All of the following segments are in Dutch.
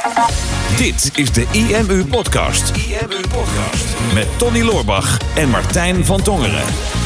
Dit is de IMU Podcast. IMU Podcast. Met Tony Loorbach en Martijn van Tongeren.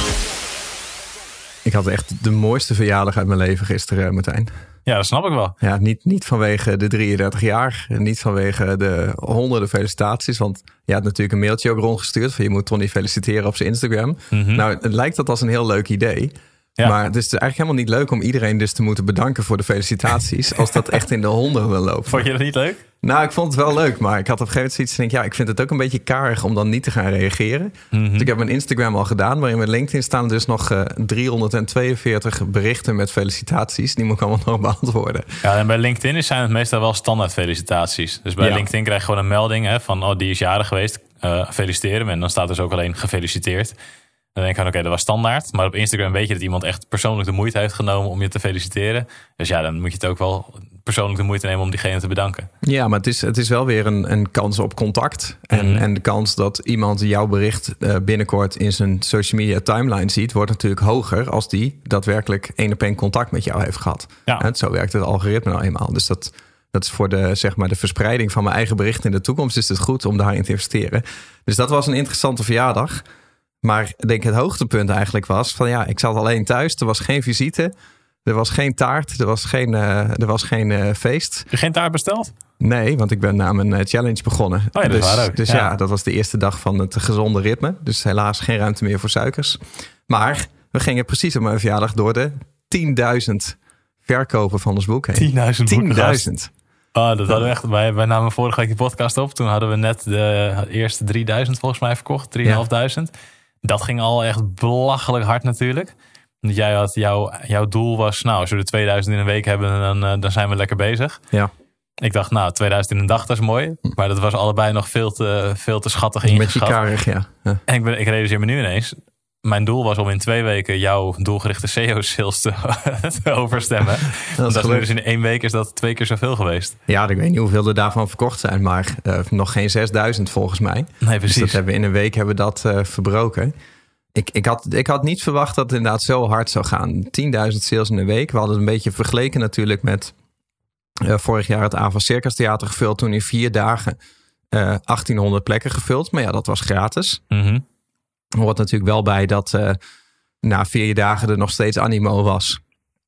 Ik had echt de mooiste verjaardag uit mijn leven gisteren, Martijn. Ja, dat snap ik wel. Ja, niet vanwege de 33 jaar. En niet vanwege de honderden felicitaties. Want je had natuurlijk een mailtje ook rondgestuurd. Van je moet Tony feliciteren op zijn Instagram. Mm-hmm. Nou, het lijkt dat als een heel leuk idee. Ja. Maar het is eigenlijk helemaal niet leuk om iedereen dus te moeten bedanken voor de felicitaties. Als dat echt in de honderden wil lopen. Vond je dat niet leuk? Nou, ik vond het wel leuk. Maar ik had op een gegeven moment zoiets van, ik vind het ook een beetje karig om dan niet te gaan reageren. Mm-hmm. Dus ik heb mijn Instagram al gedaan. Maar in mijn LinkedIn staan dus nog 342 berichten met felicitaties. Die moet ik allemaal nog beantwoorden. Ja, en bij LinkedIn zijn het meestal wel standaard felicitaties. Dus bij LinkedIn krijg je gewoon een melding van, die is jarig geweest. Feliciteren hem. En dan staat dus ook alleen gefeliciteerd. Dan denk ik van, oké, dat was standaard. Maar op Instagram weet je dat iemand echt persoonlijk de moeite heeft genomen om je te feliciteren. Dus ja, dan moet je het ook wel persoonlijk de moeite nemen om diegene te bedanken. Ja, maar het is wel weer een kans op contact. En de kans dat iemand jouw bericht binnenkort in zijn social media timeline ziet, wordt natuurlijk hoger als die daadwerkelijk 1-op-1 contact met jou heeft gehad. Ja. En zo werkt het algoritme nou eenmaal. Dus dat is voor de verspreiding van mijn eigen bericht in de toekomst is het goed om daarin te investeren. Dus dat was een interessante verjaardag. Maar ik denk het hoogtepunt eigenlijk was van ik zat alleen thuis. Er was geen visite. Er was geen taart. Er was geen feest. Heb je geen taart besteld? Nee, want ik ben aan mijn challenge begonnen. Oh ja, dat is waar ook. Dus dat was de eerste dag van het gezonde ritme. Dus helaas geen ruimte meer voor suikers. Maar we gingen precies op mijn verjaardag door de 10.000 verkopen van ons boek heen. 10.000. Oh, dat hadden we echt. Wij namen vorige week die podcast op. Toen hadden we net de eerste 3.000 volgens mij verkocht. 3.500. Dat ging al echt belachelijk hard natuurlijk. Jij had jouw doel was, als we de 2000 in een week hebben, dan zijn we lekker bezig. Ja. Ik dacht, 2000 in een dag, dat is mooi. Maar dat was allebei nog veel te schattig ingeschat. Met je karig, ja. En ik realiseer me nu ineens. Mijn doel was om in 2 weken jouw doelgerichte SEO-sales te overstemmen. Dat is dus in 1 week is dat 2 keer zoveel geweest. Ja, ik weet niet hoeveel er daarvan verkocht zijn. Maar nog geen 6.000 volgens mij. Nee, precies. Dus in een week hebben we dat verbroken. Ik had niet verwacht dat het inderdaad zo hard zou gaan. 10.000 sales in een week. We hadden het een beetje vergeleken natuurlijk met vorig jaar het Ava Circus Theater gevuld. Toen in 4 dagen 1800 plekken gevuld. Maar dat was gratis. Mm-hmm. Er hoort natuurlijk wel bij dat na 4 dagen er nog steeds animo was.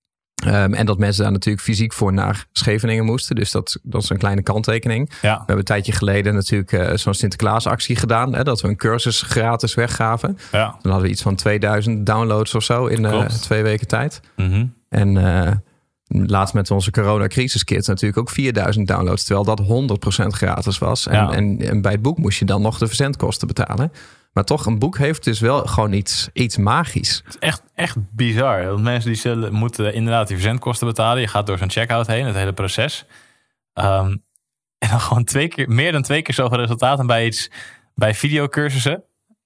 En dat mensen daar natuurlijk fysiek voor naar Scheveningen moesten. Dus dat is een kleine kanttekening. Ja. We hebben een tijdje geleden natuurlijk zo'n Sinterklaasactie gedaan. Dat we een cursus gratis weggaven. Ja. Dan hadden we iets van 2000 downloads of zo in 2 weken tijd. Mm-hmm. En laatst met onze coronacrisiskit natuurlijk ook 4000 downloads. Terwijl dat 100% gratis was. En bij het boek moest je dan nog de verzendkosten betalen. Maar toch, een boek heeft dus wel gewoon iets magisch. Het is echt bizar. Want mensen die moeten inderdaad die verzendkosten betalen. Je gaat door zo'n checkout heen, het hele proces. En dan gewoon meer dan 2 keer zoveel resultaten bij videocursussen.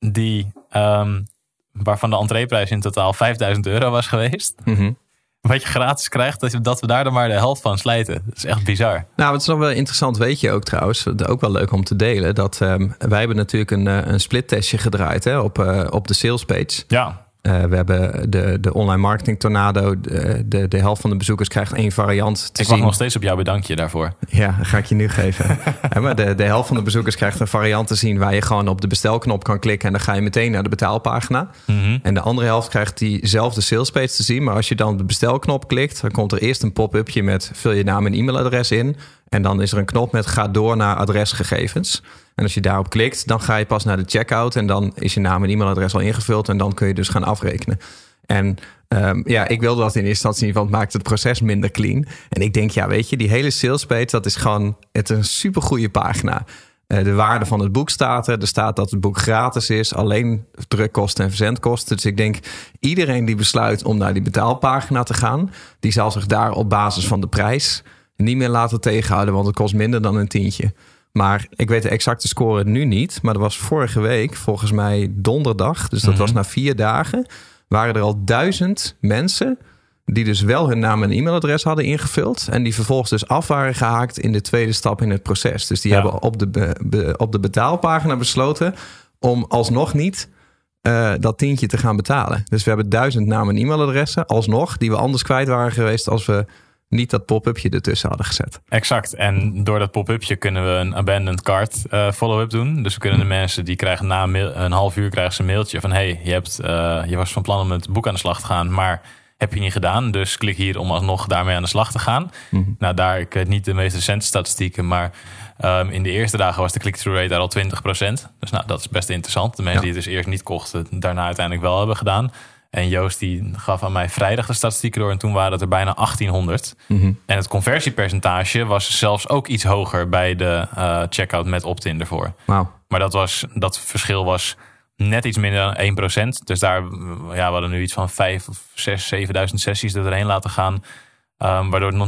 Waarvan de entreeprijs in totaal €5.000 was geweest. Mm-hmm. Wat je gratis krijgt, dat we daar dan maar de helft van slijten. Dat is echt bizar. Nou, het is nog wel interessant, weet je ook trouwens. Ook wel leuk om te delen. Dat wij hebben natuurlijk een splittestje gedraaid op de salespage. Ja. We hebben de online marketing tornado. De helft van de bezoekers krijgt 1 variant te zien. Ik wacht nog steeds op jouw bedankje daarvoor. Ja, dat ga ik je nu geven. Maar de helft van de bezoekers krijgt een variant te zien waar je gewoon op de bestelknop kan klikken en dan ga je meteen naar de betaalpagina. Mm-hmm. En de andere helft krijgt diezelfde salespage te zien. Maar als je dan op de bestelknop klikt, dan komt er eerst een pop-upje met vul je naam en e-mailadres in. En dan is er een knop met ga door naar adresgegevens. En als je daarop klikt, dan ga je pas naar de checkout. En dan is je naam en e-mailadres al ingevuld. En dan kun je dus gaan afrekenen. En ik wilde dat in eerste instantie niet, want het maakt het proces minder clean. En ik denk, weet je, die hele salespage, dat is gewoon een supergoeie pagina. De waarde van het boek staat er. Er staat dat het boek gratis is. Alleen drukkosten en verzendkosten. Dus ik denk, iedereen die besluit om naar die betaalpagina te gaan, die zal zich daar op basis van de prijs niet meer laten tegenhouden, want het kost minder dan een tientje. Maar ik weet de exacte score nu niet. Maar dat was vorige week, volgens mij donderdag. Dus dat was na 4 dagen. Waren er al 1000 mensen die dus wel hun naam en e-mailadres hadden ingevuld. En die vervolgens dus af waren gehaakt in de tweede stap in het proces. Dus die hebben op de betaalpagina besloten om alsnog niet dat tientje te gaan betalen. Dus we hebben 1000 namen en e-mailadressen alsnog, die we anders kwijt waren geweest als we niet dat pop-upje ertussen hadden gezet. Exact. En door dat pop-upje kunnen we een abandoned cart follow-up doen. Dus we kunnen de mensen die krijgen na een half uur krijgen ze een mailtje van hey, je was van plan om met het boek aan de slag te gaan, maar heb je niet gedaan. Dus klik hier om alsnog daarmee aan de slag te gaan. Mm-hmm. Nou, ik weet niet de meest recente statistieken, maar in de eerste dagen was de click-through rate daar al 20%. Dus nou, dat is best interessant. De mensen die het dus eerst niet kochten, daarna uiteindelijk wel hebben gedaan. En Joost die gaf aan mij vrijdag de statistieken door en toen waren het er bijna 1800. Mm-hmm. En het conversiepercentage was zelfs ook iets hoger bij de checkout met opt-in ervoor. Wow. Maar dat verschil was net iets minder dan 1%. Dus daar, we hadden nu iets van 5.000 of 6.000, 7.000 sessies er doorheen laten gaan. Waardoor het nog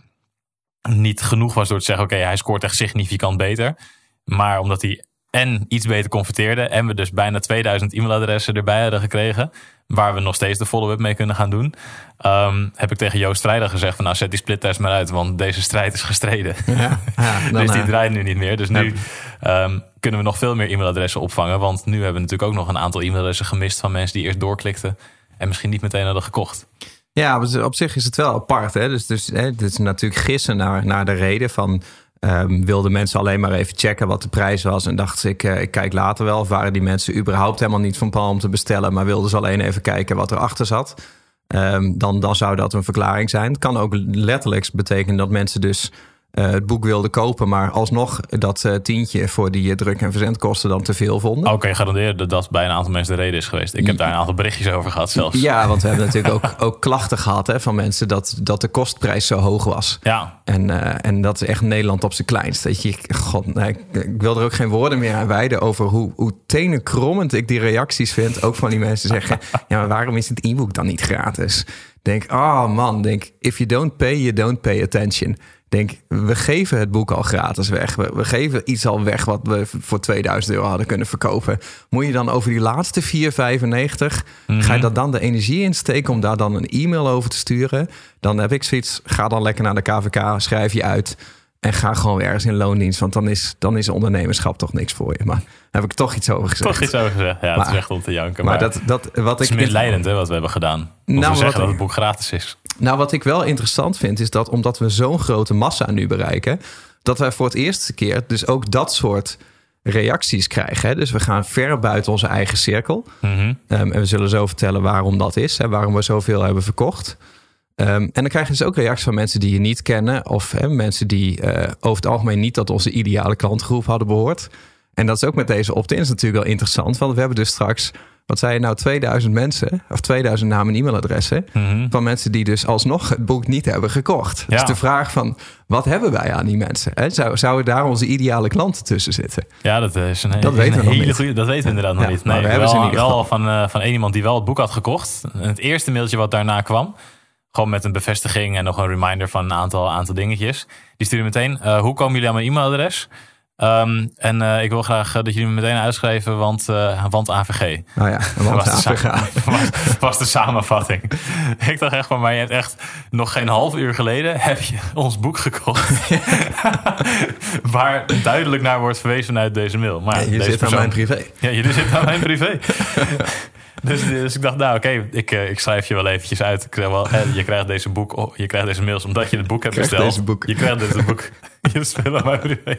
niet genoeg was door te zeggen, oké, hij scoort echt significant beter. Maar omdat hij en iets beter converteerde en we dus bijna 2000 e-mailadressen erbij hadden gekregen, waar we nog steeds de follow-up mee kunnen gaan doen, heb ik tegen Joost vrijdag gezegd van nou, zet die splittest maar uit, want deze strijd is gestreden. Ja, dus die draait nu niet meer. Dus nu kunnen we nog veel meer e-mailadressen opvangen, want nu hebben we natuurlijk ook nog een aantal e-mailadressen gemist van mensen die eerst doorklikten en misschien niet meteen hadden gekocht. Ja, op zich is het wel apart. Hè? Dus dit is natuurlijk gissen naar de reden van wilden mensen alleen maar even checken wat de prijs was en dachten ik kijk later wel. Of waren die mensen überhaupt helemaal niet van plan om te bestellen, maar wilden ze alleen even kijken wat erachter zat. Dan zou dat een verklaring zijn. Het kan ook letterlijk betekenen dat mensen dus het boek wilden kopen, maar alsnog dat tientje voor die druk- en verzendkosten dan te veel vonden. Oké, garandeer dat dat bij een aantal mensen de reden is geweest. Ik heb daar een aantal berichtjes over gehad zelfs. Ja, want we hebben natuurlijk ook klachten gehad van mensen dat de kostprijs zo hoog was. Ja. En dat is echt Nederland op zijn kleinst. Weet je, ik wil er ook geen woorden meer aan wijden over hoe tenenkrommend ik die reacties vind. Ook van die mensen zeggen, ja, maar waarom is het e-book dan niet gratis? Denk, if you don't pay, you don't pay attention. Denk, we geven het boek al gratis weg. We geven iets al weg wat we voor €2000 hadden kunnen verkopen. Moet je dan over die laatste €4,95... ga je dan de energie insteken om daar dan een e-mail over te sturen? Dan heb ik zoiets, ga dan lekker naar de KVK, schrijf je uit en ga gewoon ergens in loondienst. Want dan is ondernemerschap toch niks voor je. Maar daar heb ik toch iets over gezegd. Ja, het is echt om te janken. Maar het is misleidend wat we hebben gedaan. Om te zeggen dat het boek gratis is. Nou, wat ik wel interessant vind, is dat omdat we zo'n grote massa nu bereiken, dat wij voor het eerste keer dus ook dat soort reacties krijgen. Hè? Dus we gaan ver buiten onze eigen cirkel. Mm-hmm. En we zullen zo vertellen waarom dat is. Hè? Waarom we zoveel hebben verkocht. En dan krijg je dus ook reacties van mensen die je niet kennen. Of mensen die over het algemeen niet tot onze ideale klantgroep hadden behoord. En dat is ook met deze opt-ins natuurlijk wel interessant. Want we hebben dus straks, wat zei je nou, 2000 mensen, of 2000 namen en e-mailadressen, van mensen die dus alsnog het boek niet hebben gekocht. Ja. Dus de vraag van, wat hebben wij aan die mensen? Hè? Zouden daar onze ideale klanten tussen zitten? Ja, dat is een hele goede. Dat weten we inderdaad nog niet. Nee, we hebben wel van één iemand die wel het boek had gekocht. En het eerste mailtje wat daarna kwam, gewoon met een bevestiging en nog een reminder van een aantal dingetjes. Die stuurde meteen, hoe komen jullie aan mijn e-mailadres? Ik wil graag dat jullie me meteen uitschrijven, want AVG. Oh ja, want AVG. Was de samenvatting. Ik dacht echt van, maar je hebt echt nog geen half uur geleden heb je ons boek gekocht. Waar duidelijk naar wordt verwezen vanuit deze mail. Maar je zit aan mijn privé. Ja, jullie zitten aan mijn privé. Dus ik dacht, nou oké, ik schrijf je wel eventjes uit. Je krijgt deze mails omdat je het boek hebt besteld. Je krijgt deze boek. Je speelt aan mijn privé.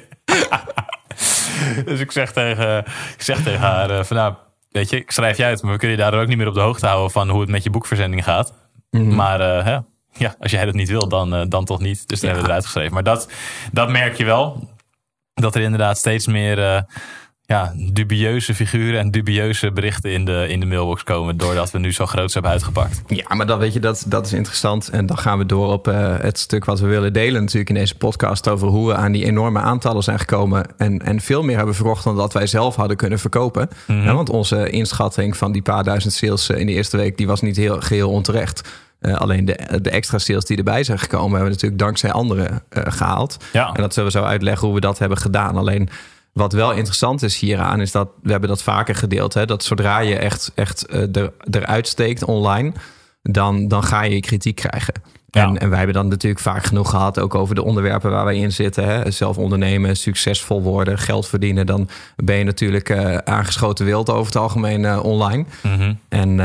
Dus ik zeg tegen haar van nou, weet je, ik schrijf je uit, maar we kunnen je daar ook niet meer op de hoogte houden van hoe het met je boekverzending gaat. Mm-hmm. Maar als jij dat niet wil, dan toch niet. Dus dan hebben we eruit geschreven. Maar dat merk je wel. Dat er inderdaad steeds meer dubieuze figuren en dubieuze berichten in de mailbox komen, doordat we nu zo groot hebben uitgepakt. Ja, maar dat is interessant. En dan gaan we door op het stuk wat we willen delen natuurlijk in deze podcast over hoe we aan die enorme aantallen zijn gekomen en veel meer hebben verkocht dan dat wij zelf hadden kunnen verkopen. Mm-hmm. Ja, want onze inschatting van die paar duizend sales in de eerste week, die was niet geheel onterecht. Alleen de extra sales die erbij zijn gekomen, hebben we natuurlijk dankzij anderen gehaald. Ja. En dat zullen we zo uitleggen hoe we dat hebben gedaan. Alleen wat wel interessant is hieraan, is dat we hebben dat vaker gedeeld. Hè, dat zodra je echt eruit steekt online, dan ga je kritiek krijgen. Ja. En wij hebben dan natuurlijk vaak genoeg gehad, ook over de onderwerpen waar wij in zitten. Hè? Zelf ondernemen, succesvol worden, geld verdienen. Dan ben je natuurlijk aangeschoten wild over het algemeen online. Mm-hmm.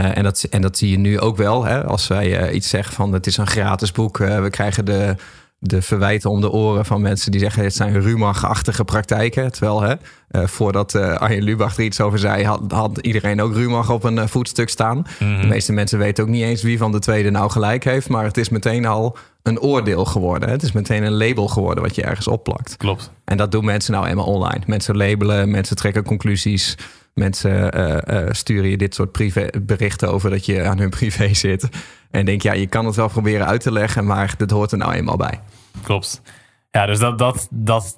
En dat zie je nu ook wel. Hè? Als wij iets zeggen van het is een gratis boek. We krijgen de verwijten om de oren van mensen die zeggen het zijn Rumach-achtige praktijken. Terwijl voordat Arjen Lubach er iets over zei, had iedereen ook Rumach op een voetstuk staan. Mm-hmm. De meeste mensen weten ook niet eens wie van de tweede nou gelijk heeft. Maar het is meteen al een oordeel geworden. Hè? Het is meteen een label geworden wat je ergens opplakt. Klopt. En dat doen mensen nou eenmaal online. Mensen labelen, mensen trekken conclusies. Mensen sturen je dit soort privéberichten over dat je aan hun privé zit. En denk je kan het wel proberen uit te leggen, maar dit hoort er nou eenmaal bij. Klopt. Ja, dus dat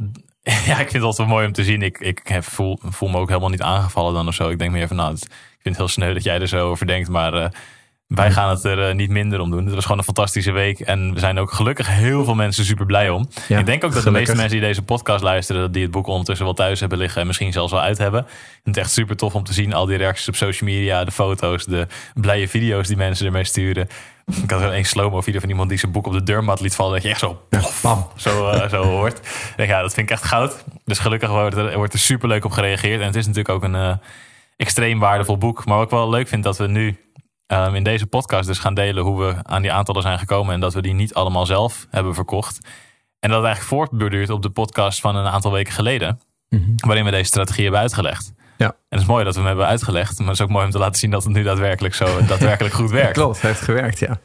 ja, ik vind het altijd wel mooi om te zien. Ik voel me ook helemaal niet aangevallen dan of zo. Ik denk meer van, ik vind het heel sneu dat jij er zo over denkt, maar wij gaan het er niet minder om doen. Het was gewoon een fantastische week. En we zijn ook gelukkig heel veel mensen super blij om. Ja, ik denk ook dat de meeste mensen die deze podcast luisteren, die het boek ondertussen wel thuis hebben liggen en misschien zelfs wel uit hebben. Het is echt super tof om te zien. Al die reacties op social media, de foto's, de blije video's die mensen ermee sturen. Ik had een slow-mo video van iemand die zijn boek op de deurmat liet vallen. Dat je echt zo, bam, zo hoort. Ja, dat vind ik echt goud. Dus gelukkig wordt er super leuk op gereageerd. En het is natuurlijk ook een extreem waardevol boek. Maar wat ik wel leuk vind dat we nu in deze podcast dus gaan delen hoe we aan die aantallen zijn gekomen. En dat we die niet allemaal zelf hebben verkocht. En dat het eigenlijk voortborduurt op de podcast van een aantal weken geleden. Mm-hmm. Waarin we deze strategie hebben uitgelegd. Ja. En het is mooi dat we hem hebben uitgelegd. Maar het is ook mooi om te laten zien dat het nu daadwerkelijk goed werkt. Klopt, het heeft gewerkt, ja.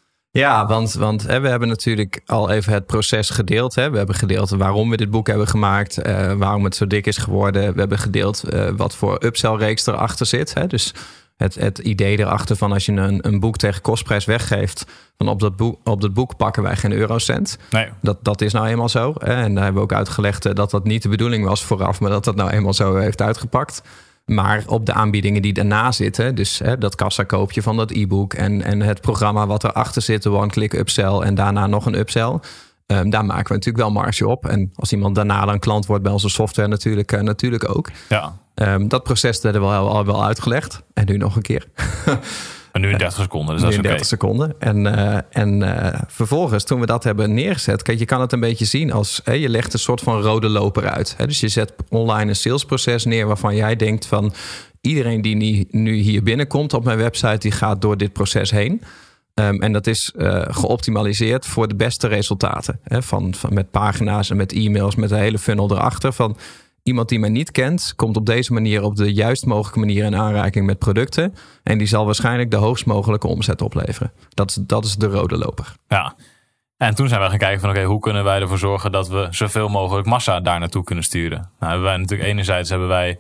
Ja, want we hebben natuurlijk al even het proces gedeeld. Hè. We hebben gedeeld waarom we dit boek hebben gemaakt. Waarom het zo dik is geworden. We hebben gedeeld wat voor upsell-reeks erachter zit. Hè. Dus het idee erachter van als je een boek tegen kostprijs weggeeft, van op dat boek pakken wij geen eurocent. Nee. Dat is nou eenmaal zo. En daar hebben we ook uitgelegd dat dat niet de bedoeling was vooraf, maar dat nou eenmaal zo heeft uitgepakt. Maar op de aanbiedingen die daarna zitten, dus dat kassakoopje van dat e-book en het programma wat erachter zit, de one-click upsell en daarna nog een upsell, daar maken we natuurlijk wel marge op. En als iemand daarna dan klant wordt bij onze software natuurlijk ook. Ja. Dat proces hebben we al wel uitgelegd. En nu nog een keer. En nu in 30 seconden, dus dat is oké. 30 seconden. En vervolgens, toen we dat hebben neergezet, kijk, je kan het een beetje zien als je legt een soort van rode loper uit. Dus je zet online een salesproces neer waarvan jij denkt van iedereen die nu hier binnenkomt op mijn website, die gaat door dit proces heen. En dat is geoptimaliseerd voor de beste resultaten. Van met pagina's en met e-mails, met de hele funnel erachter. Van iemand die mij niet kent, komt op deze manier op de juist mogelijke manier in aanraking met producten. En die zal waarschijnlijk de hoogst mogelijke omzet opleveren. Dat is de rode loper. Ja. En toen zijn we gaan kijken van hoe kunnen wij ervoor zorgen dat we zoveel mogelijk massa daar naartoe kunnen sturen. Nou, hebben wij natuurlijk enerzijds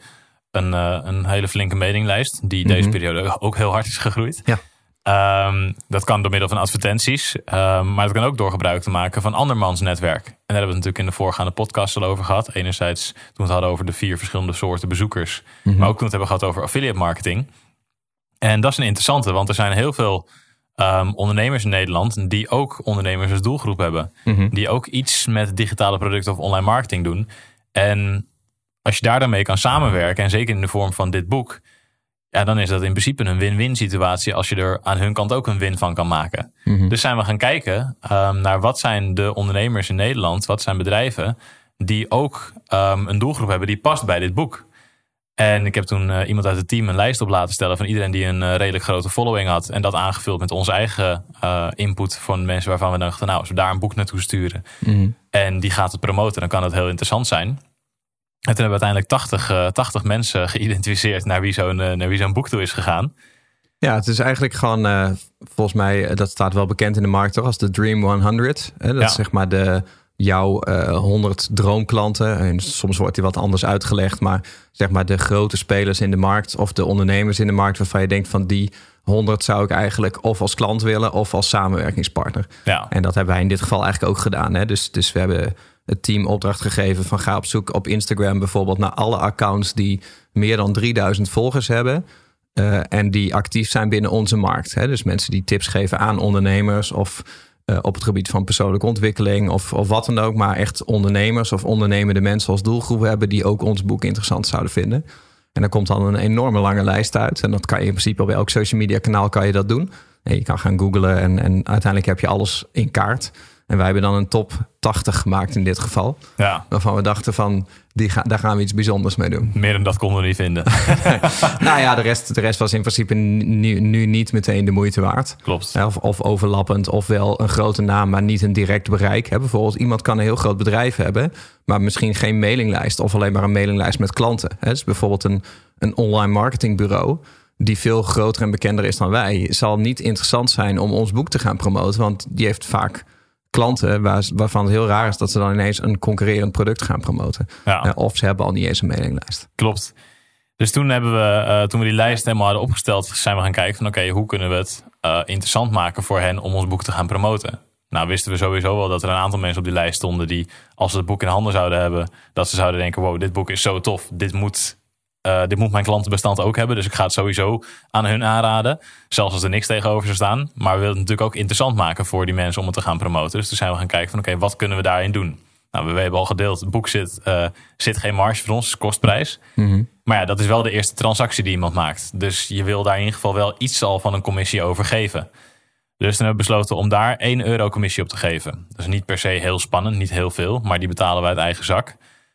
een hele flinke mailinglijst die deze periode ook heel hard is gegroeid. Ja. Dat kan door middel van advertenties. Maar dat kan ook door gebruik te maken van andermans netwerk. En daar hebben we het natuurlijk in de voorgaande podcast al over gehad. Enerzijds toen we het hadden over de 4 verschillende soorten bezoekers. Mm-hmm. Maar ook toen we het hebben gehad over affiliate marketing. En dat is een interessante, want er zijn heel veel ondernemers in Nederland die ook ondernemers als doelgroep hebben. Mm-hmm. Die ook iets met digitale producten of online marketing doen. En als je daar dan mee kan samenwerken, en zeker in de vorm van dit boek, ja, dan is dat in principe een win-win situatie als je er aan hun kant ook een win van kan maken. Mm-hmm. Dus zijn we gaan kijken naar wat zijn de ondernemers in Nederland, wat zijn bedrijven die ook een doelgroep hebben die past bij dit boek. En ik heb toen iemand uit het team een lijst op laten stellen van iedereen die een redelijk grote following had. En dat aangevuld met onze eigen input van mensen waarvan we dachten, nou, als we daar een boek naartoe sturen en die gaat het promoten, dan kan het heel interessant zijn. En toen hebben we uiteindelijk 80 mensen geïdentificeerd naar wie zo'n boek toe is gegaan. Ja, het is eigenlijk gewoon, volgens mij, dat staat wel bekend in de markt toch, als de Dream 100. Dat is zeg maar jouw 100 droomklanten. En soms wordt die wat anders uitgelegd, maar zeg maar de grote spelers in de markt of de ondernemers in de markt waarvan je denkt van die 100 zou ik eigenlijk of als klant willen of als samenwerkingspartner. Ja. En dat hebben wij in dit geval eigenlijk ook gedaan. Hè? Dus we hebben het team opdracht gegeven van ga op zoek op Instagram bijvoorbeeld naar alle accounts die meer dan 3000 volgers hebben. En die actief zijn binnen onze markt. Hè? Dus mensen die tips geven aan ondernemers of op het gebied van persoonlijke ontwikkeling of wat dan ook. Maar echt ondernemers of ondernemende mensen als doelgroep hebben die ook ons boek interessant zouden vinden. En daar komt dan een enorme lange lijst uit. En dat kan je in principe bij elk social media kanaal kan je dat doen. En je kan gaan googlen en uiteindelijk heb je alles in kaart. En wij hebben dan een top 80 gemaakt in dit geval. Ja. Waarvan we dachten van, daar gaan we iets bijzonders mee doen. Meer dan dat konden we niet vinden. Nou ja, de rest was in principe nu niet meteen de moeite waard. Klopt. Of overlappend, of wel een grote naam, maar niet een direct bereik. Bijvoorbeeld, iemand kan een heel groot bedrijf hebben, maar misschien geen mailinglijst of alleen maar een mailinglijst met klanten. Dus bijvoorbeeld een online marketingbureau die veel groter en bekender is dan wij, zal niet interessant zijn om ons boek te gaan promoten, want die heeft vaak klanten waarvan het heel raar is dat ze dan ineens een concurrerend product gaan promoten. Ja. Of ze hebben al niet eens een mailinglijst. Klopt. Dus toen hebben we, toen we die lijst helemaal hadden opgesteld, zijn we gaan kijken van oké, hoe kunnen we het interessant maken voor hen om ons boek te gaan promoten? Nou, wisten we sowieso wel dat er een aantal mensen op die lijst stonden die, als ze het boek in handen zouden hebben, dat ze zouden denken, wow, dit boek is zo tof, dit moet mijn klantenbestand ook hebben. Dus ik ga het sowieso aan hun aanraden. Zelfs als er niks tegenover zou staan. Maar we willen het natuurlijk ook interessant maken voor die mensen om het te gaan promoten. Dus toen zijn we gaan kijken van oké, wat kunnen we daarin doen? Nou, we hebben al gedeeld, het boek zit geen marge voor ons, is kostprijs. Mm-hmm. Maar ja, dat is wel de eerste transactie die iemand maakt. Dus je wil daar in ieder geval wel iets al van een commissie over geven. Dus toen hebben we besloten om daar €1 commissie op te geven. Dat is niet per se heel spannend, niet heel veel. Maar die betalen wij uit eigen zak.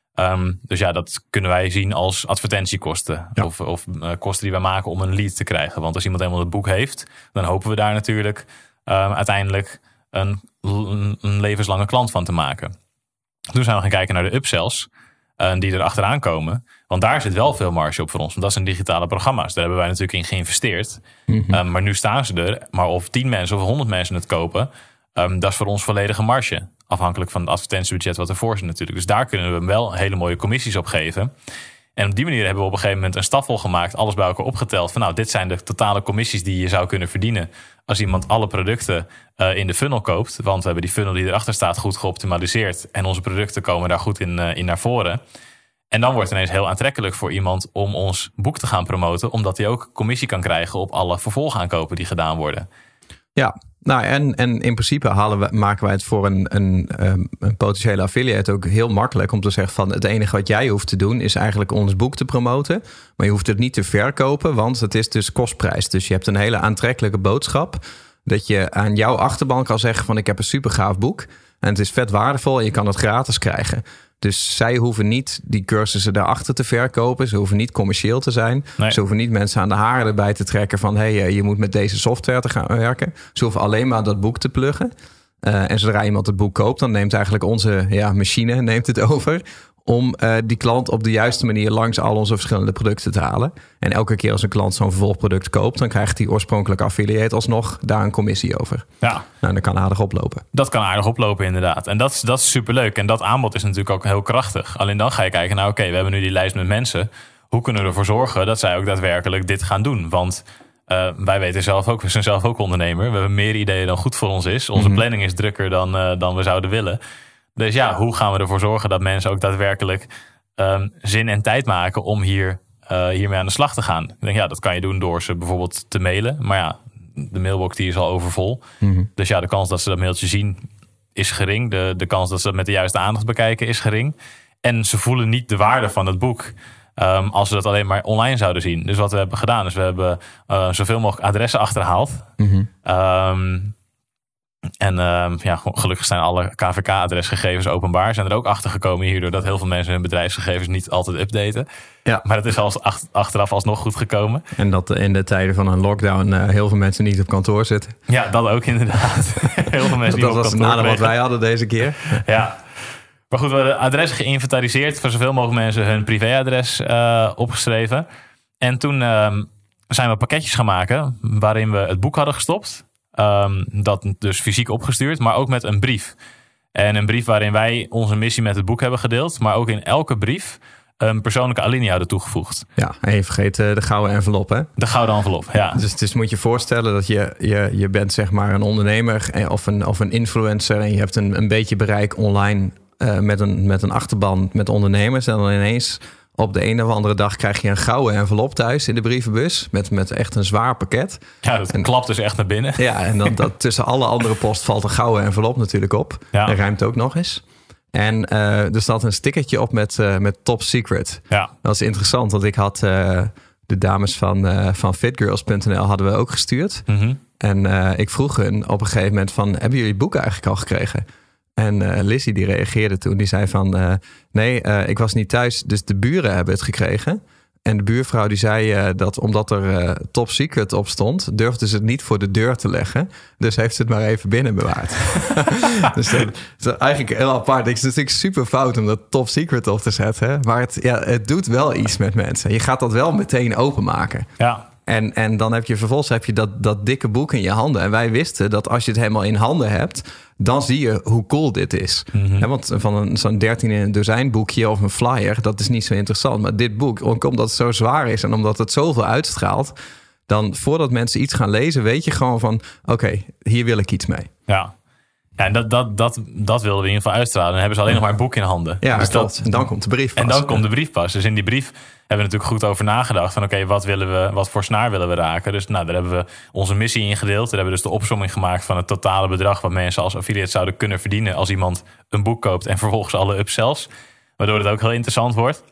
Dus ja, dat kunnen wij zien als advertentiekosten. Ja. Of kosten die wij maken om een lead te krijgen. Want als iemand eenmaal het boek heeft, dan hopen we daar natuurlijk uiteindelijk een levenslange klant van te maken. Toen zijn we gaan kijken naar de upsells die er achteraan komen. Want daar zit wel veel marge op voor ons. Want dat zijn digitale programma's. Daar hebben wij natuurlijk in geïnvesteerd. Mm-hmm. Maar nu staan ze er. Maar of 10 mensen of 100 mensen het kopen, dat is voor ons volledige marge. Afhankelijk van het advertentiebudget wat ervoor zit natuurlijk. Dus daar kunnen we wel hele mooie commissies op geven. En op die manier hebben we op een gegeven moment een stafvol gemaakt. Alles bij elkaar opgeteld. Van nou, dit zijn de totale commissies die je zou kunnen verdienen als iemand alle producten in de funnel koopt. Want we hebben die funnel die erachter staat goed geoptimaliseerd. En onze producten komen daar goed in naar voren. En dan wordt het ineens heel aantrekkelijk voor iemand om ons boek te gaan promoten. Omdat hij ook commissie kan krijgen op alle vervolgaankopen die gedaan worden. Ja, nou en in principe maken wij het voor een potentiële affiliate ook heel makkelijk om te zeggen van het enige wat jij hoeft te doen is eigenlijk ons boek te promoten. Maar je hoeft het niet te verkopen, want het is dus kostprijs. Dus je hebt een hele aantrekkelijke boodschap dat je aan jouw achterban kan zeggen van ik heb een super gaaf boek en het is vet waardevol en je kan het gratis krijgen. Dus zij hoeven niet die cursussen daarachter te verkopen. Ze hoeven niet commercieel te zijn. Nee. Ze hoeven niet mensen aan de haren erbij te trekken van hey, je moet met deze software te gaan werken. Ze hoeven alleen maar dat boek te pluggen. En zodra iemand het boek koopt, dan neemt eigenlijk onze machine neemt het over om die klant op de juiste manier langs al onze verschillende producten te halen. En elke keer als een klant zo'n vervolgproduct koopt, dan krijgt die oorspronkelijke affiliate alsnog daar een commissie over. Ja. Nou, dat kan aardig oplopen. Dat kan aardig oplopen, inderdaad. En dat is superleuk. En dat aanbod is natuurlijk ook heel krachtig. Alleen dan ga je kijken, nou oké, we hebben nu die lijst met mensen. Hoe kunnen we ervoor zorgen dat zij ook daadwerkelijk dit gaan doen? Want wij weten zelf ook, we zijn zelf ook ondernemer. We hebben meer ideeën dan goed voor ons is. Onze planning is drukker dan we zouden willen. Dus ja, hoe gaan we ervoor zorgen dat mensen ook daadwerkelijk zin en tijd maken om hiermee aan de slag te gaan? Ik denk, ja, dat kan je doen door ze bijvoorbeeld te mailen. Maar ja, de mailbox die is al overvol. Mm-hmm. Dus ja, de kans dat ze dat mailtje zien is gering. De kans dat ze dat met de juiste aandacht bekijken is gering. En ze voelen niet de waarde van het boek als ze dat alleen maar online zouden zien. Dus wat we hebben gedaan is we hebben zoveel mogelijk adressen achterhaald. Mm-hmm. Gelukkig zijn alle KVK-adresgegevens openbaar. Zijn er ook achter gekomen hierdoor dat heel veel mensen hun bedrijfsgegevens niet altijd updaten. Ja. Maar het is achteraf alsnog goed gekomen. En dat in de tijden van een lockdown heel veel mensen niet op kantoor zitten. Ja, dat ook inderdaad. Heel veel mensen niet op kantoor. Dat was het nadeel wat wij hadden deze keer. Ja. Maar goed, we hebben adressen geïnventariseerd. Voor zoveel mogelijk mensen hun privéadres opgeschreven. En toen zijn we pakketjes gaan maken waarin we het boek hadden gestopt. Dat dus fysiek opgestuurd, maar ook met een brief. En een brief waarin wij onze missie met het boek hebben gedeeld. Maar ook in elke brief een persoonlijke alinea hadden toegevoegd. Ja, en je vergeet de gouden envelop, hè? De gouden envelop, ja. Dus moet je voorstellen dat je bent zeg maar een ondernemer of een influencer en je hebt een beetje bereik online met een achterban met ondernemers. En dan ineens op de een of andere dag krijg je een gouden envelop thuis in de brievenbus. Met echt een zwaar pakket. Ja, dat klapt dus echt naar binnen. Ja, en dan tussen alle andere post valt een gouden envelop natuurlijk op. Ja. Dat ruimt ook nog eens. En er staat een stickertje op met top secret. Ja. Dat is interessant, want ik had de dames van fitgirls.nl hadden we ook gestuurd. Mm-hmm. En ik vroeg hun op een gegeven moment van, hebben jullie het boek eigenlijk al gekregen? En Lizzie die reageerde toen, die zei van, nee, ik was niet thuis, dus de buren hebben het gekregen. En de buurvrouw die zei dat omdat er top secret op stond, durfde ze het niet voor de deur te leggen. Dus heeft ze het maar even binnen bewaard. Dus dat is eigenlijk heel apart. Het is natuurlijk super fout om dat top secret op te zetten. Maar het doet wel iets met mensen. Je gaat dat wel meteen openmaken. Ja. En dan heb je vervolgens dat dikke boek in je handen. En wij wisten dat als je het helemaal in handen hebt, dan zie je hoe cool dit is. Mm-hmm. Ja, want van zo'n 13 in een dozijn boekje of een flyer, dat is niet zo interessant. Maar dit boek, omdat het zo zwaar is en omdat het zoveel uitstraalt, dan voordat mensen iets gaan lezen, weet je gewoon van, oké, hier wil ik iets mee. Ja. Ja, en dat wilden we in ieder geval uitstralen. Dan hebben ze alleen nog maar een boek in handen. Ja, dus klopt. En dan komt de brief pas. En dan komt de brief pas. Dus in die brief hebben we natuurlijk goed over nagedacht. Van oké, wat voor snaar willen we raken? Dus daar hebben we onze missie ingedeeld. Daar hebben we dus de opsomming gemaakt van het totale bedrag wat mensen als affiliate zouden kunnen verdienen als iemand een boek koopt en vervolgens alle upsells. Waardoor het ook heel interessant wordt.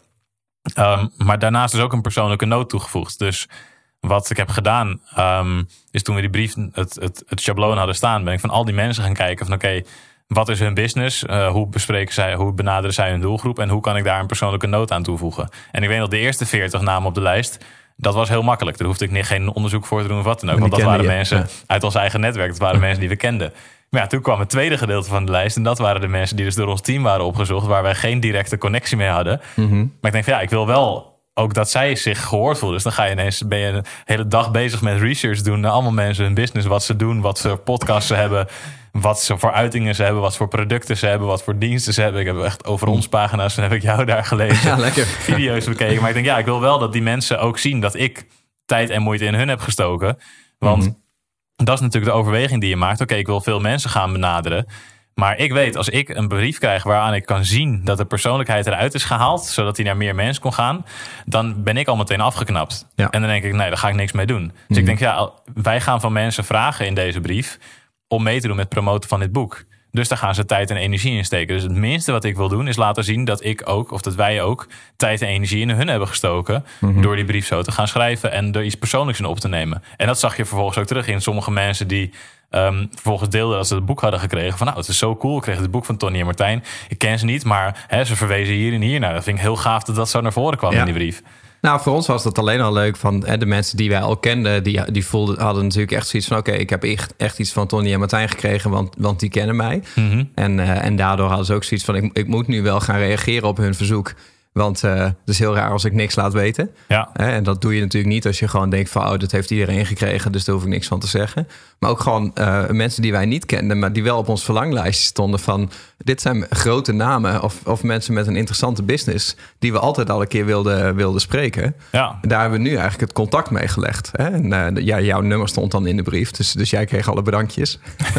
Maar daarnaast is ook een persoonlijke noot toegevoegd. Dus wat ik heb gedaan, is toen we die brief, het schabloon hadden staan, ben ik van al die mensen gaan kijken van oké, wat is hun business? Hoe benaderen zij hun doelgroep? En hoe kan ik daar een persoonlijke noot aan toevoegen? En ik weet nog, de eerste 40 namen op de lijst, dat was heel makkelijk. Daar hoefde ik geen onderzoek voor te doen of wat dan ook. Want dat waren mensen uit ons eigen netwerk. Dat waren mensen die we kenden. Maar ja, toen kwam het tweede gedeelte van de lijst. En dat waren de mensen die dus door ons team waren opgezocht, waar wij geen directe connectie mee hadden. Mm-hmm. Maar ik denk van ik wil wel ook dat zij zich gehoord voelen. Dus dan ben je een hele dag bezig met research doen naar allemaal mensen hun business, wat ze doen, wat voor podcasts ze hebben, wat ze voor uitingen ze hebben, wat voor producten ze hebben, wat voor diensten ze hebben. Ik heb echt over ons pagina's, en heb ik jou daar gelezen. Ja, lekker. Video's bekeken. Maar ik denk, ik wil wel dat die mensen ook zien dat ik tijd en moeite in hun heb gestoken. Want dat is natuurlijk de overweging die je maakt. Oké, ik wil veel mensen gaan benaderen. Maar ik weet, als ik een brief krijg waaraan ik kan zien dat de persoonlijkheid eruit is gehaald, zodat hij naar meer mensen kon gaan, dan ben ik al meteen afgeknapt. Ja. En dan denk ik, nee, daar ga ik niks mee doen. Dus ik denk, wij gaan van mensen vragen in deze brief om mee te doen met promoten van dit boek. Dus daar gaan ze tijd en energie in steken. Dus het minste wat ik wil doen is laten zien dat ik ook, of dat wij ook, tijd en energie in hun hebben gestoken door die brief zo te gaan schrijven en er iets persoonlijks in op te nemen. En dat zag je vervolgens ook terug in sommige mensen die vervolgens deelden dat ze het boek hadden gekregen. Van het is zo cool, ik kreeg het boek van Tony en Martijn. Ik ken ze niet, maar ze verwezen hier en hier. Nou, dat vind ik heel gaaf dat zo naar voren kwam in die brief. Nou, voor ons was dat alleen al leuk van de mensen die wij al kenden, die hadden natuurlijk echt zoiets van oké, ik heb echt iets van Tony en Martijn gekregen, want die kennen mij. Mm-hmm. En daardoor hadden ze ook zoiets van ik moet nu wel gaan reageren op hun verzoek. Want het is heel raar als ik niks laat weten. Ja. En dat doe je natuurlijk niet als je gewoon denkt van dat heeft iedereen gekregen, dus daar hoef ik niks van te zeggen. Maar ook gewoon mensen die wij niet kenden, maar die wel op ons verlanglijstje stonden van dit zijn grote namen of mensen met een interessante business die we altijd al een keer wilden spreken. Ja. Daar hebben we nu eigenlijk het contact mee gelegd. En jouw nummer stond dan in de brief, dus jij kreeg alle bedankjes.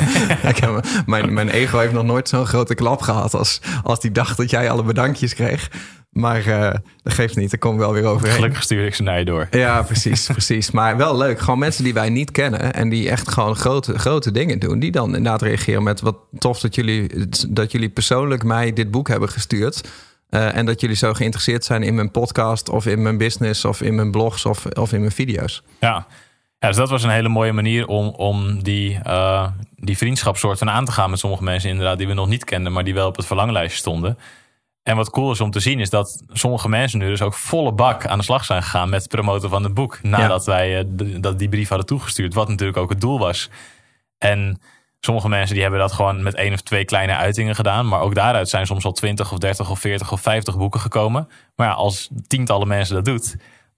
Mijn ego heeft nog nooit zo'n grote klap gehad als die dacht dat jij alle bedankjes kreeg. Maar dat geeft niet, ik kom wel weer overheen. Gelukkig stuur ik ze naar je door. Ja, precies. Maar wel leuk. Gewoon mensen die wij niet kennen en die echt gewoon grote dingen doen. Die dan inderdaad reageren met wat tof dat jullie persoonlijk mij dit boek hebben gestuurd. En dat jullie zo geïnteresseerd zijn in mijn podcast of in mijn business of in mijn blogs of in mijn video's. Ja, dus dat was een hele mooie manier om die vriendschapssoort van aan te gaan met sommige mensen inderdaad die we nog niet kenden, maar die wel op het verlanglijstje stonden. En wat cool is om te zien is dat sommige mensen nu dus ook volle bak aan de slag zijn gegaan met het promoten van het boek. Nadat wij die brief hadden toegestuurd, wat natuurlijk ook het doel was. En sommige mensen die hebben dat gewoon met 1 of 2 kleine uitingen gedaan. Maar ook daaruit zijn soms al 20 of 30 of 40 of 50 boeken gekomen. Maar als tientallen mensen dat doen,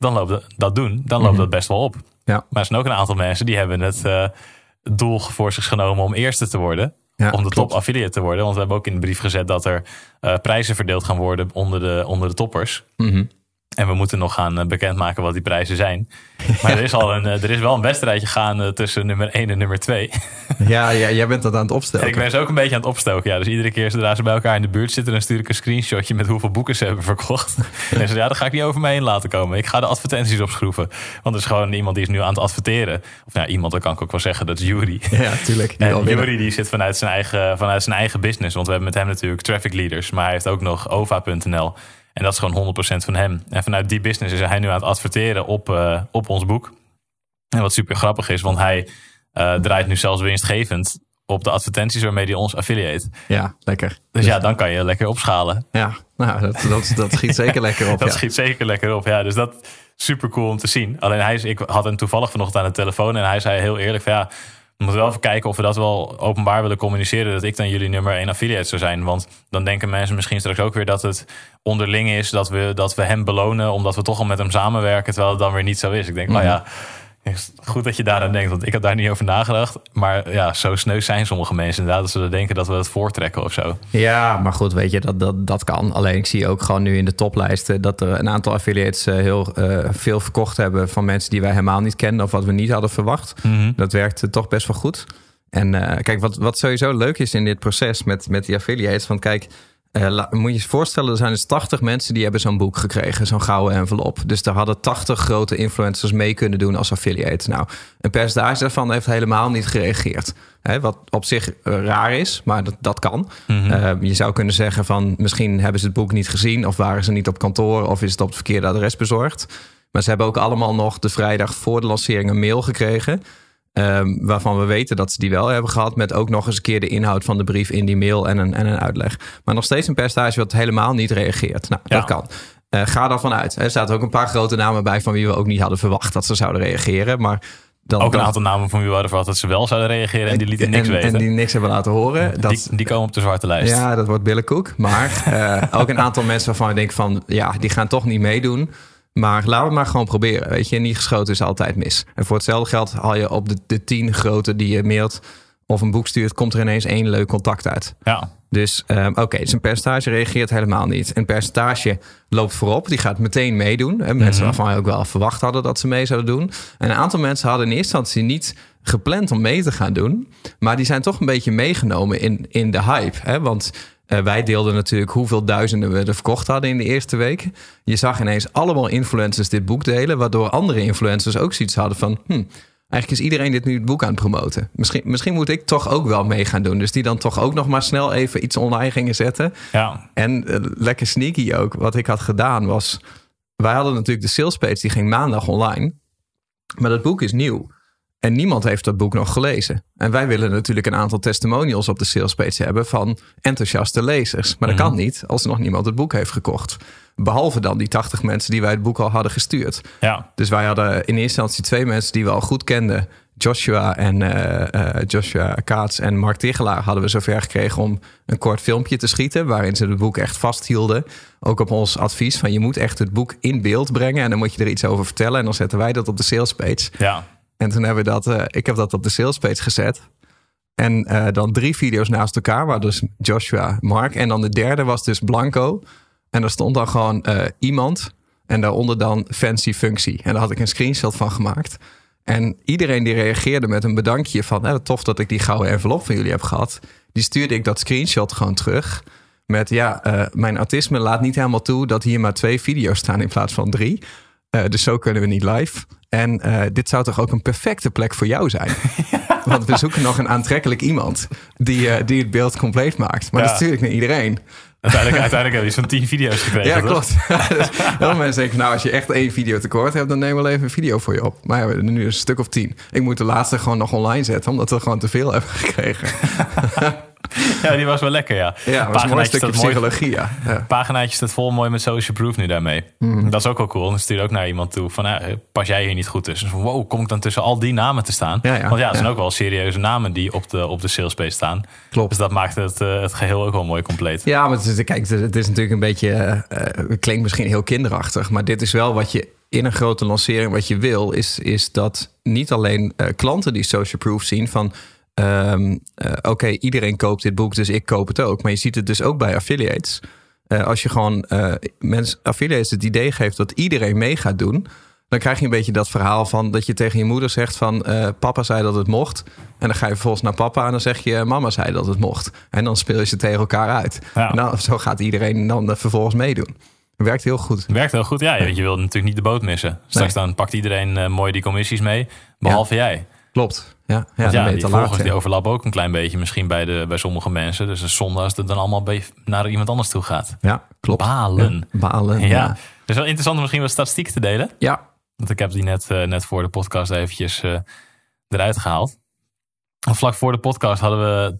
dan loopt dat best wel op. Ja. Maar er zijn ook een aantal mensen die hebben het doel voor zich genomen om eerste te worden. Ja, om de top affiliate te worden. Want we hebben ook in de brief gezet dat er prijzen verdeeld gaan worden onder de toppers. Mm-hmm. En we moeten nog gaan bekendmaken wat die prijzen zijn. Maar er is wel een wedstrijdje gaan tussen nummer 1 en nummer 2. Ja, jij bent dat aan het opstoken. En ik ben ze ook een beetje aan het opstoken. Ja. Dus iedere keer zodra ze bij elkaar in de buurt zitten, dan stuur ik een screenshotje met hoeveel boeken ze hebben verkocht. En ze dat ga ik niet over mij heen laten komen. Ik ga de advertenties opschroeven. Want er is gewoon iemand die is nu aan het adverteren. Of iemand, dat kan ik ook wel zeggen, dat is Jury. Ja, tuurlijk. En Jury die zit vanuit zijn eigen business. Want we hebben met hem natuurlijk Traffic Leaders. Maar hij heeft ook nog OVA.nl. En dat is gewoon 100% van hem. En vanuit die business is hij nu aan het adverteren op ons boek. En wat super grappig is, want hij draait nu zelfs winstgevend op de advertenties waarmee hij ons affiliate. Ja, lekker. Dus ja, dan kan je lekker opschalen. Ja, nou, dat schiet zeker lekker op. Dat schiet zeker lekker op, ja. Dus dat is super cool om te zien. Alleen ik had hem toevallig vanochtend aan de telefoon en hij zei heel eerlijk van ja, we moeten wel even kijken of we dat wel openbaar willen communiceren, dat ik dan jullie nummer 1 affiliate zou zijn. Want dan denken mensen misschien straks ook weer dat het onderling is, dat we hem belonen omdat we toch al met hem samenwerken, terwijl het dan weer niet zo is. Ik denk, nou ja, goed dat je daaraan denkt, want ik heb daar niet over nagedacht. Maar ja, zo sneu zijn sommige mensen inderdaad, dat ze denken dat we het voortrekken of zo. Ja, maar goed, weet je, dat kan. Alleen ik zie ook gewoon nu in de toplijsten dat er een aantal affiliates heel veel verkocht hebben van mensen die wij helemaal niet kenden of wat we niet hadden verwacht. Mm-hmm. Dat werkt toch best wel goed. En kijk, wat sowieso leuk is in dit proces met die affiliates, want kijk, moet je je voorstellen, er zijn dus 80 mensen die hebben zo'n boek gekregen, zo'n gouden envelop. Dus daar hadden 80 grote influencers mee kunnen doen als affiliate. Nou, een percentage daarvan heeft helemaal niet gereageerd. Wat op zich raar is, maar dat kan. Mm-hmm. Je zou kunnen zeggen van misschien hebben ze het boek niet gezien of waren ze niet op kantoor of is het op het verkeerde adres bezorgd. Maar ze hebben ook allemaal nog de vrijdag voor de lancering een mail gekregen. Waarvan we weten dat ze die wel hebben gehad, met ook nog eens een keer de inhoud van de brief in die mail en een uitleg. Maar nog steeds een percentage wat helemaal niet reageert. Nou, dat kan. Ga daarvan uit. Er zaten ook een paar grote namen bij van wie we ook niet hadden verwacht dat ze zouden reageren. Maar ook een aantal namen van wie we hadden verwacht dat ze wel zouden reageren en die lieten niks weten. En die niks hebben laten horen. Die komen op de zwarte lijst. Ja, dat wordt billenkoek. Maar ook een aantal mensen waarvan ik denk van ja, die gaan toch niet meedoen. Maar laten we het maar gewoon proberen. Weet je, niet geschoten is altijd mis. En voor hetzelfde geld haal je op de 10 grote die je mailt of een boek stuurt, komt er ineens 1 leuk contact uit. Ja. Dus dus een percentage reageert helemaal niet. Een percentage loopt voorop, die gaat meteen meedoen. Mensen waarvan we ook wel verwacht hadden dat ze mee zouden doen. En een aantal mensen hadden in eerste instantie niet gepland om mee te gaan doen. Maar die zijn toch een beetje meegenomen in de hype. Want wij deelden natuurlijk hoeveel duizenden we er verkocht hadden in de eerste week. Je zag ineens allemaal influencers dit boek delen, waardoor andere influencers ook zoiets hadden van eigenlijk is iedereen dit nu het boek aan het promoten. Misschien moet ik toch ook wel mee gaan doen. Dus die dan toch ook nog maar snel even iets online gingen zetten. Ja. En lekker sneaky ook. Wat ik had gedaan was, wij hadden natuurlijk de salespage, die ging maandag online. Maar dat boek is nieuw. En niemand heeft dat boek nog gelezen. En wij willen natuurlijk een aantal testimonials op de salespage hebben van enthousiaste lezers. Maar dat kan niet als er nog niemand het boek heeft gekocht. Behalve dan die 80 mensen die wij het boek al hadden gestuurd. Ja. Dus wij hadden in eerste instantie 2 mensen die we al goed kenden. Joshua Kaats en Mark Tigelaar hadden we zover gekregen om een kort filmpje te schieten, waarin ze het boek echt vasthielden. Ook op ons advies van je moet echt het boek in beeld brengen en dan moet je er iets over vertellen. En dan zetten wij dat op de salespage. Ja. En toen hebben we ik heb dat op de salespage gezet. En dan 3 video's naast elkaar, waar dus Joshua, Mark. En dan de derde was dus Blanco. En daar stond dan gewoon iemand. En daaronder dan fancy functie. En daar had ik een screenshot van gemaakt. En iedereen die reageerde met een bedankje van tof dat ik die gouden envelop van jullie heb gehad. Die stuurde ik dat screenshot gewoon terug. Met mijn autisme laat niet helemaal toe dat hier maar 2 video's staan in plaats van 3. Dus zo kunnen we niet live. En dit zou toch ook een perfecte plek voor jou zijn? Want we zoeken nog een aantrekkelijk iemand die het beeld compleet maakt. Maar dat stuur ik naar iedereen. Uiteindelijk hebben we zo'n 10 video's gekregen. Ja, klopt. Dus heel mensen denken, als je echt 1 video tekort hebt, dan neem wel even een video voor je op. Maar we hebben er nu een stuk of 10. Ik moet de laatste gewoon nog online zetten, omdat we gewoon te veel hebben gekregen. Ja, die was wel lekker, ja. Ja, dat was een mooi stukje psychologie, ja. Paginaatje staat vol mooi met social proof nu daarmee. Dat is ook wel cool. Dan stuur je ook naar iemand toe van, pas jij hier niet goed tussen? Dus van, kom ik dan tussen al die namen te staan? Ja, want er zijn ook wel serieuze namen die op de salespage staan. Klopt. Dus dat maakt het geheel ook wel mooi compleet. Ja, maar het is natuurlijk een beetje, het klinkt misschien heel kinderachtig, maar dit is wel wat je in een grote lancering, wat je wil, is dat niet alleen klanten die social proof zien van oké, iedereen koopt dit boek, dus ik koop het ook. Maar je ziet het dus ook bij affiliates. Als je gewoon affiliates het idee geeft dat iedereen mee gaat doen, dan krijg je een beetje dat verhaal van dat je tegen je moeder zegt van papa zei dat het mocht. En dan ga je vervolgens naar papa en dan zeg je mama zei dat het mocht. En dan speel je ze tegen elkaar uit. Ja. En dan, zo gaat iedereen dan vervolgens meedoen. Het werkt heel goed. Werkt heel goed, ja. Je wil natuurlijk niet de boot missen. Straks dan pakt iedereen mooi die commissies mee, behalve jij. Klopt. Ja, die volgers die overlappen ook een klein beetje misschien bij sommige mensen. Dus het is zonde als het dan allemaal naar iemand anders toe gaat. Ja, klopt. Balen. Ja, balen. Ja. Het is wel interessant om misschien wat statistieken te delen. Ja. Want ik heb die net voor de podcast eventjes eruit gehaald. Vlak voor de podcast hadden we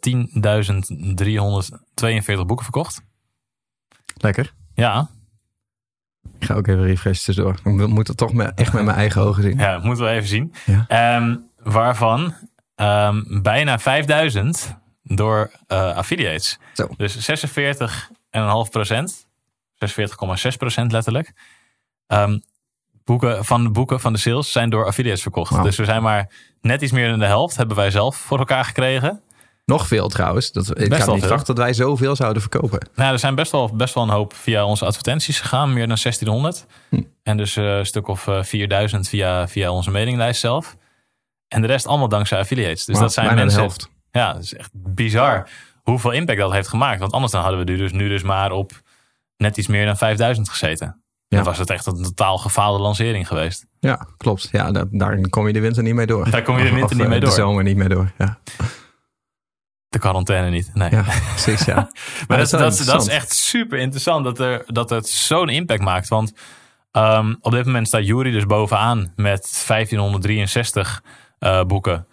10.342 boeken verkocht. Lekker. Ja. Ik ga ook even refreshen door. Ik moet het toch echt met mijn eigen ogen zien. Ja, moeten we even zien. Ja. Waarvan bijna 5.000 door affiliates. Zo. Dus 46,5%. 46,6% letterlijk. Boeken van de sales zijn door affiliates verkocht. Wow. Dus we zijn maar net iets meer dan de helft. Hebben wij zelf voor elkaar gekregen. Nog veel trouwens. Ik had niet gedacht dat wij zoveel zouden verkopen. Nou, er zijn best wel een hoop via onze advertenties gegaan. Meer dan 1600. En dus een stuk of 4000 via onze mailinglijst zelf. En de rest allemaal dankzij affiliates. Dus dat zijn mensen. De helft. Ja, dat is echt bizar hoeveel impact dat heeft gemaakt. Want anders dan hadden we nu dus maar op net iets meer dan 5000 gezeten. Ja. Dan was het echt een totaal gefaalde lancering geweest. Ja, klopt. Ja, daar kom je de winter niet mee door. Daar kom je de winter niet mee door. De zomer niet mee door, ja. De quarantaine niet, nee. Ja, precies, ja. Maar dat is echt super interessant dat het zo'n impact maakt. Want op dit moment staat Jury dus bovenaan met 1563 boeken.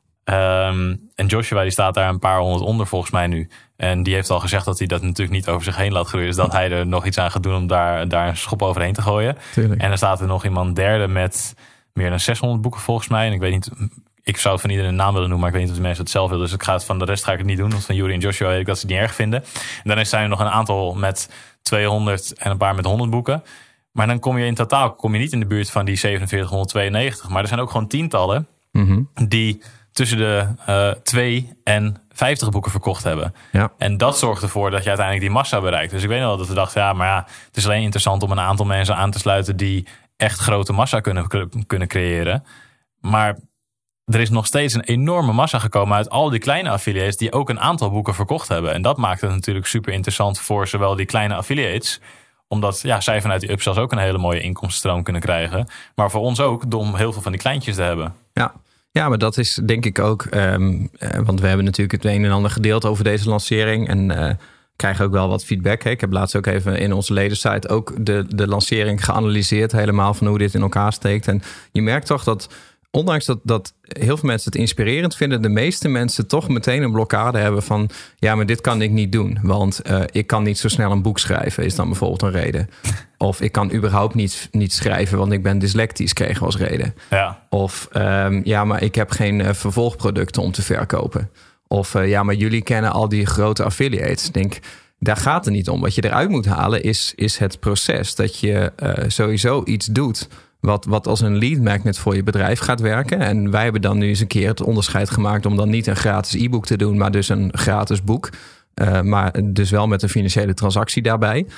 En Joshua die staat daar een paar honderd onder volgens mij nu. En die heeft al gezegd dat hij dat natuurlijk niet over zich heen laat groeien. Dus dat hij er nog iets aan gaat doen om daar een schop overheen te gooien. Tuurlijk. En dan staat er nog iemand derde met meer dan 600 boeken volgens mij. En ik weet niet, ik zou het van iedereen een naam willen noemen, maar ik weet niet of de mensen het zelf willen. Dus van de rest ga ik het niet doen. Want van Jury en Joshua weet ik dat ze het niet erg vinden. En dan zijn er nog een aantal met 200 en een paar met 100 boeken. Maar dan kom je in totaal niet in de buurt van die 4792. Maar er zijn ook gewoon tientallen die tussen de 2 en 50 boeken verkocht hebben. Ja. En dat zorgt ervoor dat je uiteindelijk die massa bereikt. Dus ik weet nog wel dat we dachten, het is alleen interessant om een aantal mensen aan te sluiten die echt grote massa kunnen creëren. Maar er is nog steeds een enorme massa gekomen uit al die kleine affiliates die ook een aantal boeken verkocht hebben. En dat maakt het natuurlijk super interessant voor zowel die kleine affiliates, omdat zij vanuit die upsells ook een hele mooie inkomstenstroom kunnen krijgen. Maar voor ons ook om heel veel van die kleintjes te hebben. Ja, maar dat is denk ik ook, want we hebben natuurlijk het een en ander gedeeld over deze lancering en krijgen ook wel wat feedback. Ik heb laatst ook even in onze ledensite ook de lancering geanalyseerd, helemaal van hoe dit in elkaar steekt. En je merkt toch dat ondanks dat heel veel mensen het inspirerend vinden, de meeste mensen toch meteen een blokkade hebben van, ja, maar dit kan ik niet doen. Want ik kan niet zo snel een boek schrijven, is dan bijvoorbeeld een reden. Of ik kan überhaupt niet schrijven, want ik ben dyslectisch, kregen we als reden. Ja. Of maar ik heb geen vervolgproducten om te verkopen. Of maar jullie kennen al die grote affiliates. Ik denk, daar gaat het niet om. Wat je eruit moet halen is het proces. Dat je sowieso iets doet wat als een lead magnet voor je bedrijf gaat werken. En wij hebben dan nu eens een keer het onderscheid gemaakt om dan niet een gratis e-book te doen, maar dus een gratis boek. Maar dus wel met een financiële transactie daarbij.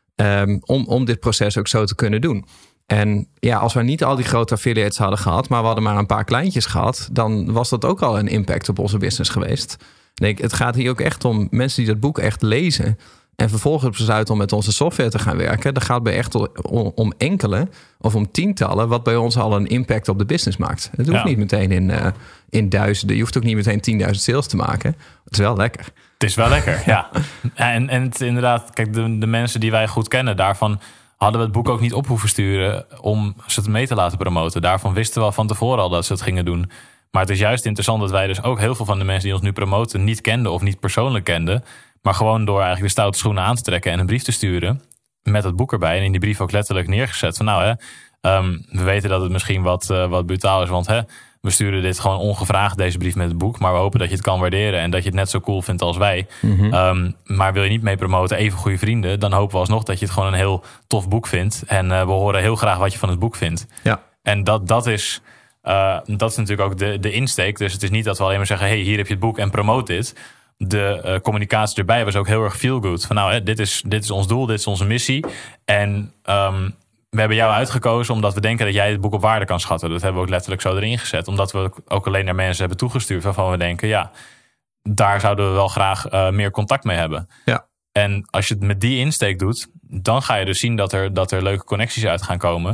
Om dit proces ook zo te kunnen doen. En ja, als we niet al die grote affiliates hadden gehad, maar we hadden maar een paar kleintjes gehad, dan was dat ook al een impact op onze business geweest. Nee, het gaat hier ook echt om mensen die dat boek echt lezen en vervolgens besluiten om met onze software te gaan werken. Dan gaat het echt om enkele of om tientallen, wat bij ons al een impact op de business maakt. Het hoeft niet meteen in duizenden. Je hoeft ook niet meteen 10.000 sales te maken. Het is wel lekker. Het is wel lekker, ja. En het, inderdaad, kijk, de mensen die wij goed kennen, daarvan hadden we het boek ook niet op hoeven sturen om ze het mee te laten promoten. Daarvan wisten we al van tevoren al dat ze het gingen doen. Maar het is juist interessant dat wij dus ook heel veel van de mensen die ons nu promoten niet kenden of niet persoonlijk kenden. Maar gewoon door eigenlijk de stoute schoenen aan te trekken en een brief te sturen met het boek erbij. En in die brief ook letterlijk neergezet van we weten dat het misschien wat brutaal is. Want we sturen dit gewoon ongevraagd, deze brief met het boek. Maar we hopen dat je het kan waarderen en dat je het net zo cool vindt als wij. Mm-hmm. Maar wil je niet mee promoten, even goede vrienden, dan hopen we alsnog dat je het gewoon een heel tof boek vindt. En we horen heel graag wat je van het boek vindt. Ja. En dat is natuurlijk ook de insteek. Dus het is niet dat we alleen maar zeggen, hey, hier heb je het boek en promote dit. De communicatie erbij was ook heel erg feel good. Van dit is ons doel, dit is onze missie. En we hebben jou uitgekozen omdat we denken dat jij het boek op waarde kan schatten. Dat hebben we ook letterlijk zo erin gezet. Omdat we ook alleen naar mensen hebben toegestuurd waarvan we denken, ja, daar zouden we wel graag meer contact mee hebben. Ja. En als je het met die insteek doet, dan ga je dus zien dat er leuke connecties uit gaan komen.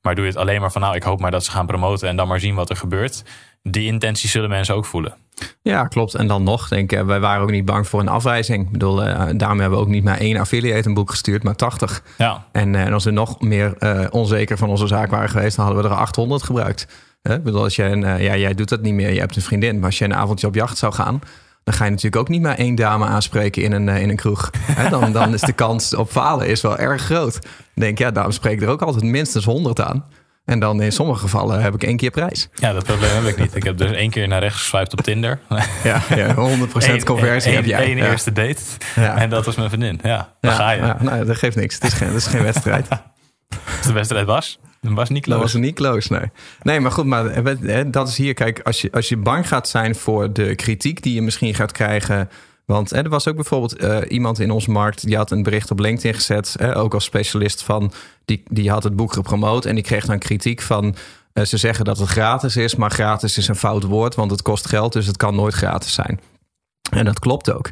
Maar doe je het alleen maar van ik hoop maar dat ze gaan promoten en dan maar zien wat er gebeurt. Die intentie zullen mensen ook voelen. Ja, klopt. En dan nog, denk ik, wij waren ook niet bang voor een afwijzing. Ik bedoel, daarom hebben we ook niet maar 1 affiliate een boek gestuurd, maar 80. Ja. En als we nog meer onzeker van onze zaak waren geweest, dan hadden we er 800 gebruikt. Ik bedoel, als jij doet dat niet meer, je hebt een vriendin. Maar als je een avondje op jacht zou gaan, dan ga je natuurlijk ook niet maar 1 dame aanspreken in een kroeg. Dan is de kans op falen is wel erg groot. Ik denk, daarom spreek ik er ook altijd minstens 100 aan. En dan in sommige gevallen heb ik 1 keer prijs. Ja, dat probleem heb ik niet. Ik heb dus 1 keer naar rechts geswiped op Tinder. Ja, 100% conversie heb jij. Eén eerste date. Ja. En dat was mijn vriendin. Ja, dan ga je. Ja, nou, dat geeft niks. Het is geen wedstrijd. De wedstrijd was? Dat was niet close. Dat was niet close, nee. Nee, maar goed, maar dat is hier. Kijk, als je bang gaat zijn voor de kritiek die je misschien gaat krijgen. Want er was ook bijvoorbeeld iemand in onze markt, die had een bericht op LinkedIn gezet, ook als specialist van, die had het boek gepromoot en die kreeg dan kritiek van, ze zeggen dat het gratis is, maar gratis is een fout woord, want het kost geld, dus het kan nooit gratis zijn. En dat klopt ook.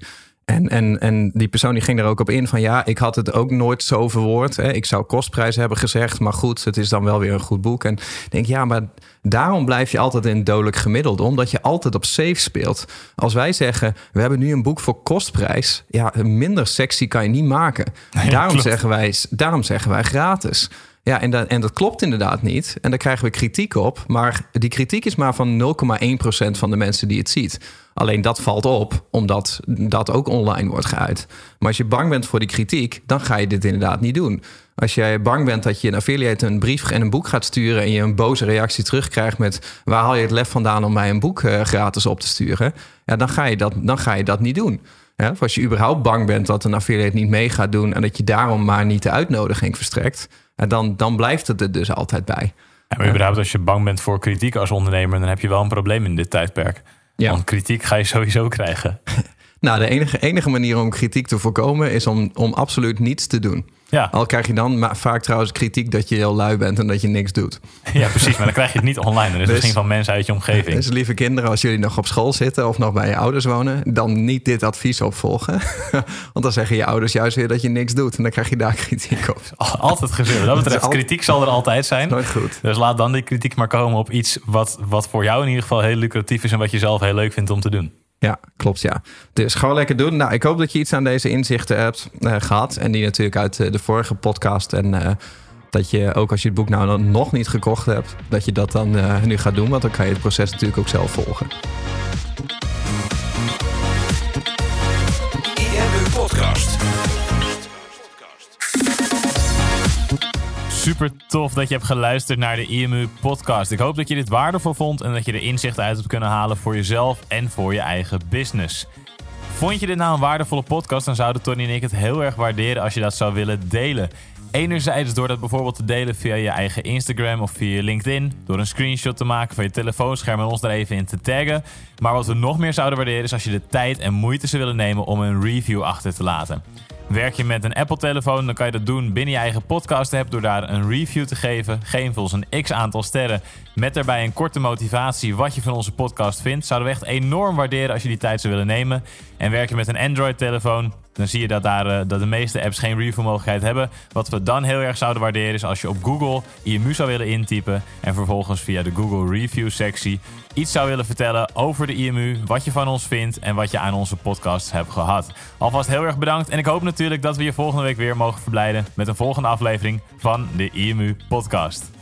En die persoon die ging er ook op in van ik had het ook nooit zo verwoord. Ik zou kostprijs hebben gezegd, maar goed, het is dan wel weer een goed boek. En ik denk, maar daarom blijf je altijd in dodelijk gemiddeld, omdat je altijd op safe speelt. Als wij zeggen, we hebben nu een boek voor kostprijs, minder sexy kan je niet maken. Ja, daarom zeggen wij gratis. Ja, en dat klopt inderdaad niet. En daar krijgen we kritiek op. Maar die kritiek is maar van 0,1% van de mensen die het ziet. Alleen dat valt op, omdat dat ook online wordt geuit. Maar als je bang bent voor die kritiek, dan ga je dit inderdaad niet doen. Als jij bang bent dat je een affiliate een brief en een boek gaat sturen en je een boze reactie terugkrijgt met, waar haal je het lef vandaan om mij een boek gratis op te sturen? Ja, dan ga je dat niet doen. Ja, of als je überhaupt bang bent dat een affiliate niet mee gaat doen en dat je daarom maar niet de uitnodiging verstrekt, dan blijft het er dus altijd bij. Ja, maar überhaupt als je bang bent voor kritiek als ondernemer, dan heb je wel een probleem in dit tijdperk. Ja. Want kritiek ga je sowieso krijgen. Nou, de enige manier om kritiek te voorkomen is om absoluut niets te doen. Ja. Al krijg je dan vaak trouwens kritiek dat je heel lui bent en dat je niks dout. Ja, precies. Maar dan krijg je het niet online. Dan is het misschien van mensen uit je omgeving. Dus lieve kinderen, als jullie nog op school zitten of nog bij je ouders wonen, dan niet dit advies opvolgen. Want dan zeggen je ouders juist weer dat je niks doet. En dan krijg je daar kritiek op. Altijd gezeur. Dat betreft, kritiek zal er altijd zijn. Nooit goed. Dus laat dan die kritiek maar komen op iets wat voor jou in ieder geval heel lucratief is en wat je zelf heel leuk vindt om te doen. Ja, klopt, ja. Dus gewoon lekker doen. Nou, ik hoop dat je iets aan deze inzichten hebt gehad. En die natuurlijk uit de vorige podcast. En dat je ook als je het boek nou nog niet gekocht hebt, dat je dat dan nu gaat doen. Want dan kan je het proces natuurlijk ook zelf volgen. IMU Podcast. Super tof dat je hebt geluisterd naar de IMU podcast. Ik hoop dat je dit waardevol vond en dat je er inzichten uit hebt kunnen halen voor jezelf en voor je eigen business. Vond je dit nou een waardevolle podcast, dan zouden Tony en ik het heel erg waarderen als je dat zou willen delen. Enerzijds door dat bijvoorbeeld te delen via je eigen Instagram of via je LinkedIn. Door een screenshot te maken van je telefoonscherm en ons daar even in te taggen. Maar wat we nog meer zouden waarderen is als je de tijd en moeite zou willen nemen om een review achter te laten. Werk je met een Apple-telefoon, dan kan je dat doen binnen je eigen podcast-app door daar een review te geven. Geef ons een x-aantal sterren met daarbij een korte motivatie wat je van onze podcast vindt. Zouden we echt enorm waarderen als je die tijd zou willen nemen. En werk je met een Android-telefoon, dan zie je dat de meeste apps geen review-mogelijkheid hebben. Wat we dan heel erg zouden waarderen is als je op Google IMU zou willen intypen en vervolgens via de Google Review-sectie iets zou willen vertellen over de IMU, wat je van ons vindt en wat je aan onze podcast hebt gehad. Alvast heel erg bedankt en ik hoop natuurlijk dat we je volgende week weer mogen verblijden met een volgende aflevering van de IMU podcast.